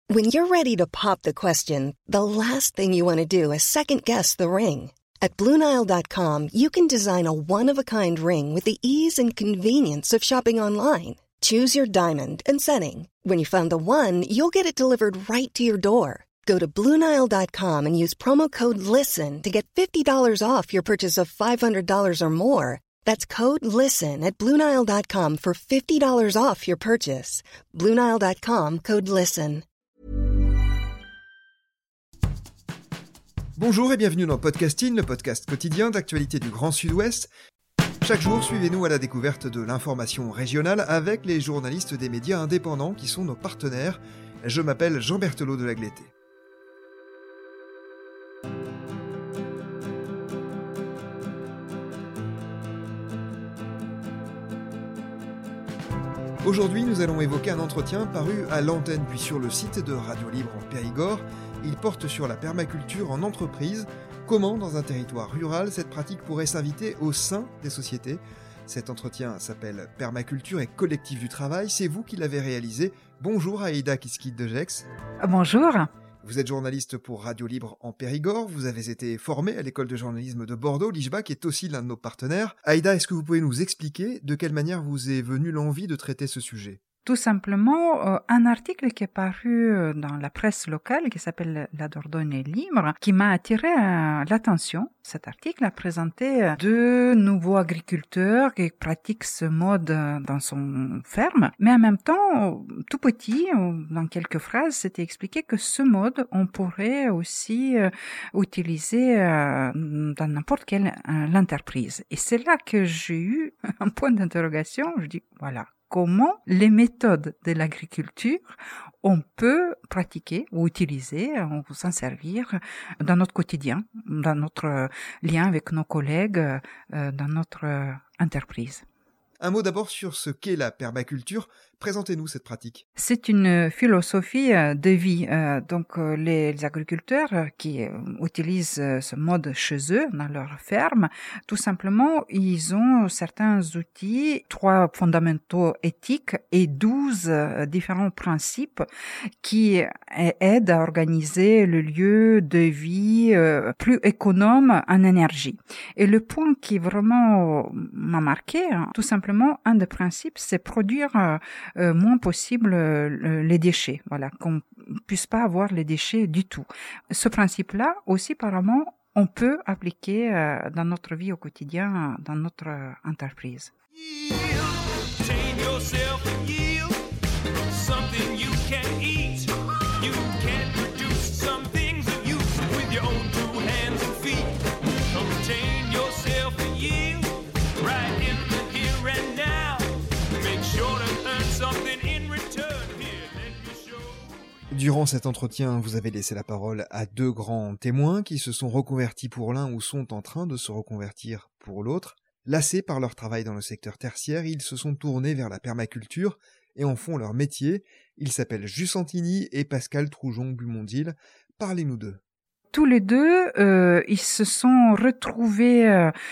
When you're ready to pop the question, the last thing you want to do is second-guess the ring. At BlueNile.com, you can design a one-of-a-kind ring with the ease and convenience of shopping online. Choose your diamond and setting. When you find the one, you'll get it delivered right to your door. Go to BlueNile.com and use promo code LISTEN to get $50 off your purchase of $500 or more. That's code LISTEN at BlueNile.com for $50 off your purchase. BlueNile.com, code LISTEN. Bonjour et bienvenue dans Podcasting, le podcast quotidien d'actualité du Grand Sud-Ouest. Chaque jour, suivez-nous à la découverte de l'information régionale avec les journalistes des médias indépendants qui sont nos partenaires. Je m'appelle Jean Berthelot de Lagleté. Aujourd'hui, nous allons évoquer un entretien paru à l'antenne puis sur le site de Radio Libre en Périgord. Il porte sur la permaculture en entreprise. Comment, dans un territoire rural, cette pratique pourrait s'inviter au sein des sociétés ? Cet entretien s'appelle Permaculture et collectif du travail. C'est vous qui l'avez réalisé. Bonjour Aïda Kiskit de Gex. Bonjour. Vous êtes journaliste pour Radio Libre en Périgord. Vous avez été formé à l'école de journalisme de Bordeaux, l'IJBA, qui est aussi l'un de nos partenaires. Aïda, est-ce que vous pouvez nous expliquer de quelle manière vous est venue l'envie de traiter ce sujet ? Tout simplement, un article qui est paru dans la presse locale qui s'appelle La Dordogne libre, qui m'a attiré l'attention. Cet article a présenté deux nouveaux agriculteurs qui pratiquent ce mode dans son ferme, mais en même temps, tout petit, dans quelques phrases, c'était expliqué que ce mode, on pourrait aussi utiliser dans n'importe quelle entreprise. Et c'est là que j'ai eu un point d'interrogation. Je dis, voilà. Comment les méthodes de l'agriculture on peut pratiquer ou utiliser, ou s'en servir dans notre quotidien, dans notre lien avec nos collègues, dans notre entreprise. Un mot d'abord sur ce qu'est la permaculture. Présentez-nous cette pratique. C'est une philosophie de vie. Donc, les agriculteurs qui utilisent ce mode chez eux, dans leur ferme, tout simplement, ils ont certains outils, 3 fondamentaux éthiques et 12 différents principes qui aident à organiser le lieu de vie plus économe en énergie. Et le point qui vraiment m'a marqué, tout simplement, un des principes, c'est produire moins possible les déchets, voilà, qu'on puisse pas avoir les déchets du tout. Ce principe-là, aussi, apparemment, on peut appliquer dans notre vie au quotidien, dans notre entreprise. Durant cet entretien, vous avez laissé la parole à 2 grands témoins qui se sont reconvertis pour l'un ou sont en train de se reconvertir pour l'autre. Lassés par leur travail dans le secteur tertiaire, ils se sont tournés vers la permaculture et en font leur métier. Ils s'appellent Jus Santini et Pascal Troujon-Bumondil. Parlez-nous d'eux. Tous les deux, ils se sont retrouvés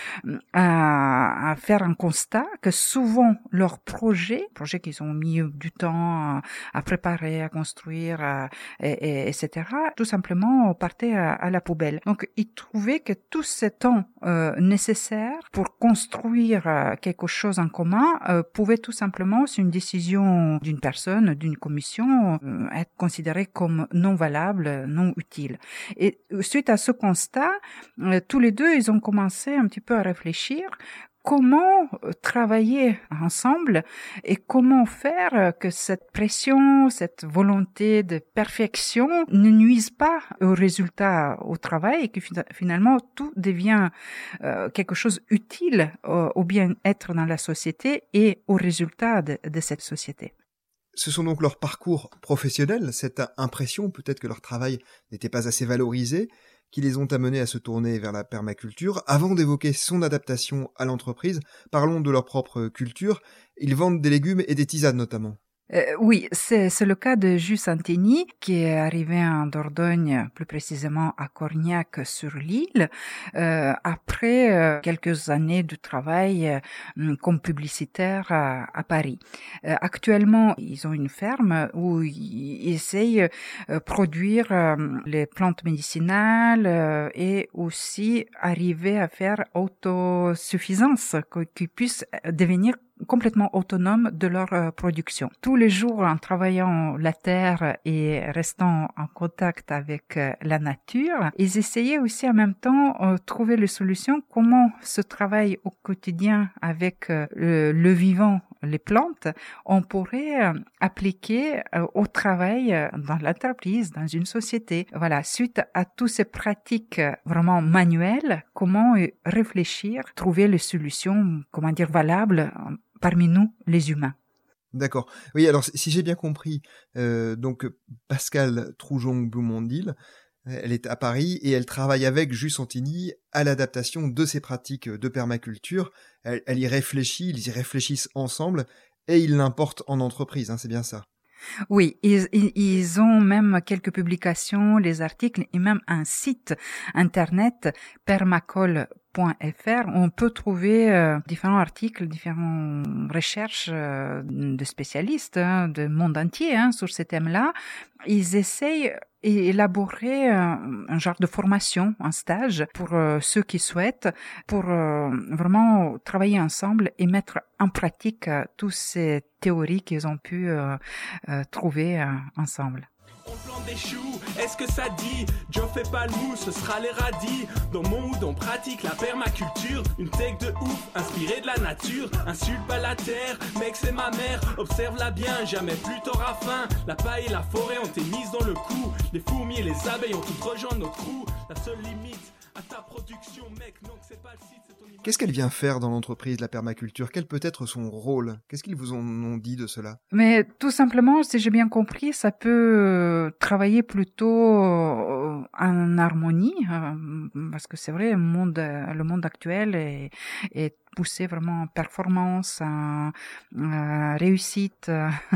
à faire un constat que souvent leurs projets qu'ils ont mis du temps à préparer, à construire, etc., tout simplement partaient à la poubelle. Donc, ils trouvaient que tout ce temps nécessaire pour construire quelque chose en commun pouvait tout simplement, c'est une décision d'une personne, d'une commission, être considéré comme non valable, non utile. Et suite à ce constat, tous les deux, ils ont commencé un petit peu à réfléchir comment travailler ensemble et comment faire que cette pression, cette volonté de perfection ne nuise pas au résultat au travail et que finalement tout devient quelque chose utile au bien-être dans la société et au résultat de cette société. Ce sont donc leurs parcours professionnels, cette impression peut-être que leur travail n'était pas assez valorisé, qui les ont amenés à se tourner vers la permaculture. Avant d'évoquer son adaptation à l'entreprise, parlons de leur propre culture. Ils vendent des légumes et des tisanes notamment. Oui, c'est le cas de Jus Santini qui est arrivé en Dordogne, plus précisément à Corgnac-sur-l'Île, après quelques années de travail comme publicitaire à Paris. Actuellement, ils ont une ferme où ils essayent de produire les plantes médicinales et aussi arriver à faire autosuffisance, qu'ils puissent devenir complètement autonomes de leur production. Tous les jours, en travaillant la terre et restant en contact avec la nature, ils essayaient aussi en même temps trouver les solutions, comment ce travail au quotidien avec le vivant, les plantes, on pourrait appliquer au travail dans l'entreprise, dans une société. Voilà, suite à toutes ces pratiques vraiment manuelles, comment réfléchir, trouver les solutions, valables parmi nous, les humains. D'accord. Oui, alors si j'ai bien compris, donc Pascale Troujon-Bloumondil, elle est à Paris et elle travaille avec Jus Santini à l'adaptation de ces pratiques de permaculture. Elle y réfléchit, ils y réfléchissent ensemble et ils l'importent en entreprise, c'est bien ça? Oui, ils ont même quelques publications, les articles et même un site internet permacole.fr. On peut trouver différents articles, différentes recherches de spécialistes de monde entier sur ces thèmes-là. Ils essayent d'élaborer un genre de formation, un stage pour ceux qui souhaitent, pour vraiment travailler ensemble et mettre en pratique toutes ces théories qu'ils ont pu trouver ensemble. On plante des choux, est-ce que ça dit? Joe fait pas le mou, ce sera les radis. Dans mon mood on pratique la permaculture. Une tech de ouf, inspirée de la nature. Insulte pas la terre, mec c'est ma mère. Observe-la bien, jamais plus t'auras faim. La paille et la forêt ont été mises dans le coup. Les fourmis et les abeilles ont tout rejoint notre crew. La seule limite à ta production mec, non que c'est pas le site, c'est ton image. Qu'est-ce qu'elle vient faire dans l'entreprise, la permaculture? Quel peut être son rôle? Qu'est-ce qu'ils vous en ont dit de cela? Mais tout simplement, si j'ai bien compris, ça peut travailler plutôt en harmonie, parce que c'est vrai, le monde actuel est poussé vraiment en performance, en réussite,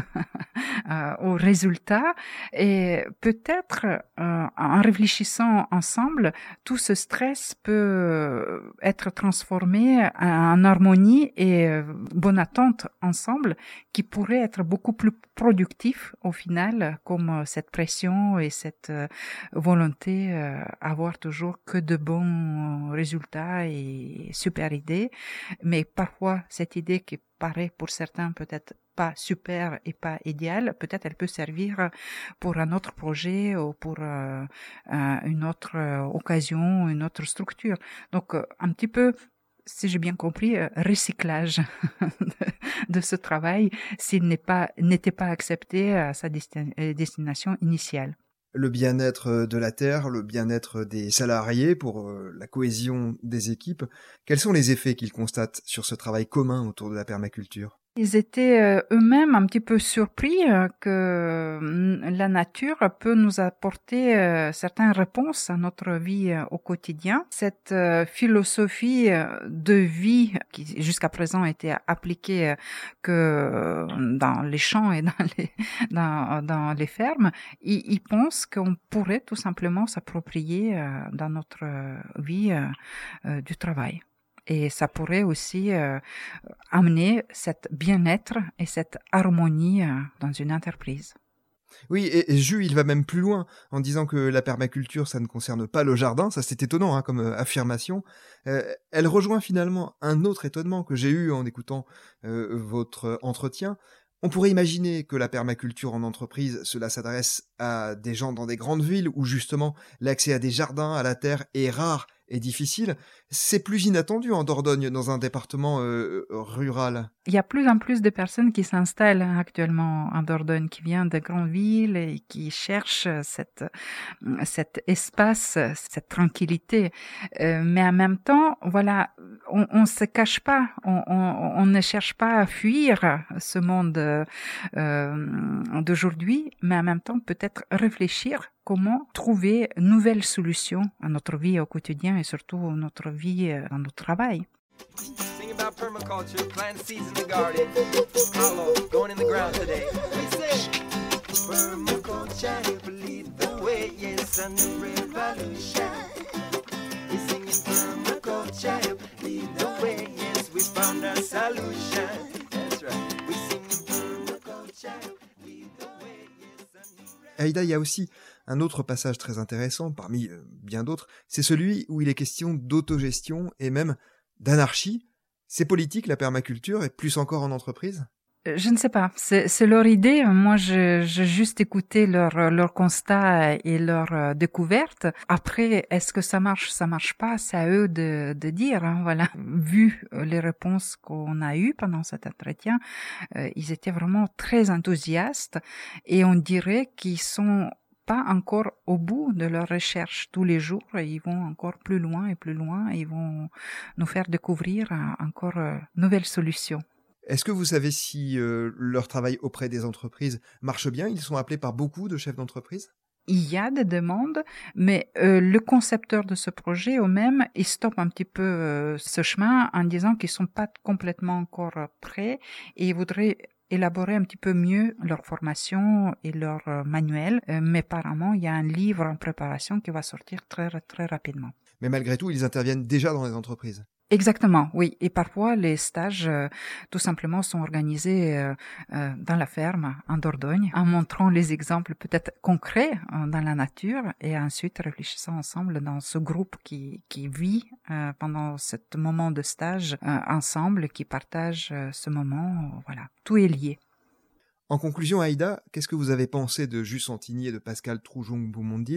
au résultat. Et peut-être, en réfléchissant ensemble, tout ce stress peut être transformé en harmonie et bonne attente ensemble, qui pourrait être beaucoup plus productif au final, comme cette pression et cette volonté avoir toujours que de bons résultats et super idées. Mais parfois, cette idée qui paraît pour certains peut-être pas super et pas idéale, peut-être elle peut servir pour un autre projet ou pour une autre occasion, une autre structure. Donc, un petit peu, si j'ai bien compris, recyclage de ce travail s'il n'était pas accepté à sa destination initiale. Le bien-être de la terre, le bien-être des salariés pour la cohésion des équipes. Quels sont les effets qu'ils constatent sur ce travail commun autour de la permaculture? Ils étaient eux-mêmes un petit peu surpris que la nature peut nous apporter certaines réponses à notre vie au quotidien. Cette philosophie de vie qui jusqu'à présent était appliquée que dans les champs et dans les fermes, ils pensent qu'on pourrait tout simplement s'approprier dans notre vie du travail. Et ça pourrait aussi amener cet bien-être et cette harmonie dans une entreprise. Oui, et Jus, il va même plus loin en disant que la permaculture, ça ne concerne pas le jardin. Ça, c'est étonnant comme affirmation. Elle rejoint finalement un autre étonnement que j'ai eu en écoutant votre entretien. On pourrait imaginer que la permaculture en entreprise, cela s'adresse à des gens dans des grandes villes où justement l'accès à des jardins, à la terre est rare et difficile. C'est plus inattendu en Dordogne, dans un département rural. Il y a plus en plus de personnes qui s'installent actuellement en Dordogne, qui viennent de grandes villes et qui cherchent cet espace, cette tranquillité. Mais en même temps, voilà, on se cache pas, on ne cherche pas à fuir ce monde d'aujourd'hui, mais en même temps peut-être réfléchir comment trouver une nouvelle solution à notre vie au quotidien et surtout notre vie dans notre travail. Sing about permaculture, plant seeds in the garden. Carlo, going in the ground today. We say, permaculture, lead the way, yes, a new revolution. We sing in permaculture, lead the way, yes, we found a solution. That's right. We sing in permaculture, lead the way, yes, a new revolution. Aïda, il y a aussi un autre passage très intéressant, parmi bien d'autres, c'est celui où il est question d'autogestion et même d'anarchie. C'est politique, la permaculture, et plus encore en entreprise ? Je ne sais pas, c'est leur idée. Moi, j'ai juste écouté leur constat et leur découverte. Après, est-ce que ça marche pas, c'est à eux de dire. Hein, voilà. Vu les réponses qu'on a eues pendant cet entretien, ils étaient vraiment très enthousiastes et on dirait qu'ils sont pas encore au bout de leur recherche. Tous les jours, ils vont encore plus loin et ils vont nous faire découvrir encore nouvelles solutions. Est-ce que vous savez si leur travail auprès des entreprises marche bien ? Ils sont appelés par beaucoup de chefs d'entreprise ? Il y a des demandes, mais le concepteur de ce projet eux-mêmes, ils stoppent un petit peu ce chemin en disant qu'ils sont pas complètement encore prêts et ils voudraient élaborer un petit peu mieux leur formation et leur manuel, mais apparemment il y a un livre en préparation qui va sortir très très rapidement. Mais malgré tout, ils interviennent déjà dans les entreprises. Exactement, oui. Et parfois, les stages, tout simplement, sont organisés dans la ferme, en Dordogne, en montrant les exemples peut-être concrets dans la nature et ensuite réfléchissant ensemble dans ce groupe qui vit pendant ce moment de stage ensemble, qui partage ce moment. Voilà, tout est lié. En conclusion, Aïda, qu'est-ce que vous avez pensé de Jus Santini et de Pascal Troujong-Boumondil ?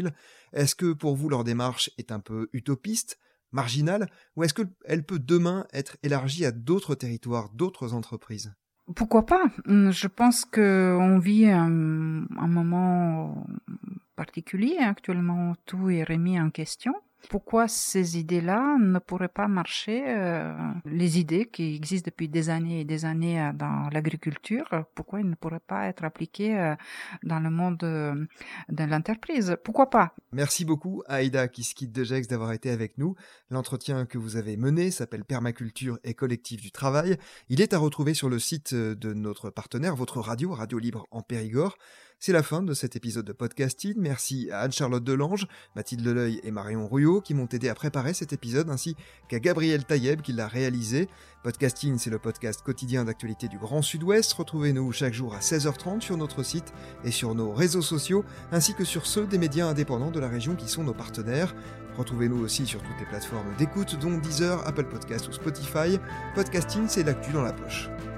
Est-ce que pour vous, leur démarche est un peu utopiste, marginale, ou est-ce qu'elle peut demain être élargie à d'autres territoires, d'autres entreprises ? Pourquoi pas ? Je pense qu'on vit un moment particulier. Actuellement, tout est remis en question. Pourquoi ces idées-là ne pourraient pas marcher les idées qui existent depuis des années et des années dans l'agriculture, pourquoi ils ne pourraient pas être appliquées dans le monde de l'entreprise ? Pourquoi pas ? Merci beaucoup à Aïda Kiskit-Degex d'avoir été avec nous. L'entretien que vous avez mené s'appelle Permaculture et collectif du travail. Il est à retrouver sur le site de notre partenaire, votre radio, Radio Libre en Périgord. C'est la fin de cet épisode de Podcasting. Merci à Anne-Charlotte Delange, Mathilde Leleuil et Marion Rouillot qui m'ont aidé à préparer cet épisode, ainsi qu'à Gabriel Taïeb qui l'a réalisé. Podcasting, c'est le podcast quotidien d'actualité du Grand Sud-Ouest. Retrouvez-nous chaque jour à 16h30 sur notre site et sur nos réseaux sociaux, ainsi que sur ceux des médias indépendants de la région qui sont nos partenaires. Retrouvez-nous aussi sur toutes les plateformes d'écoute, dont Deezer, Apple Podcasts ou Spotify. Podcasting, c'est l'actu dans la poche.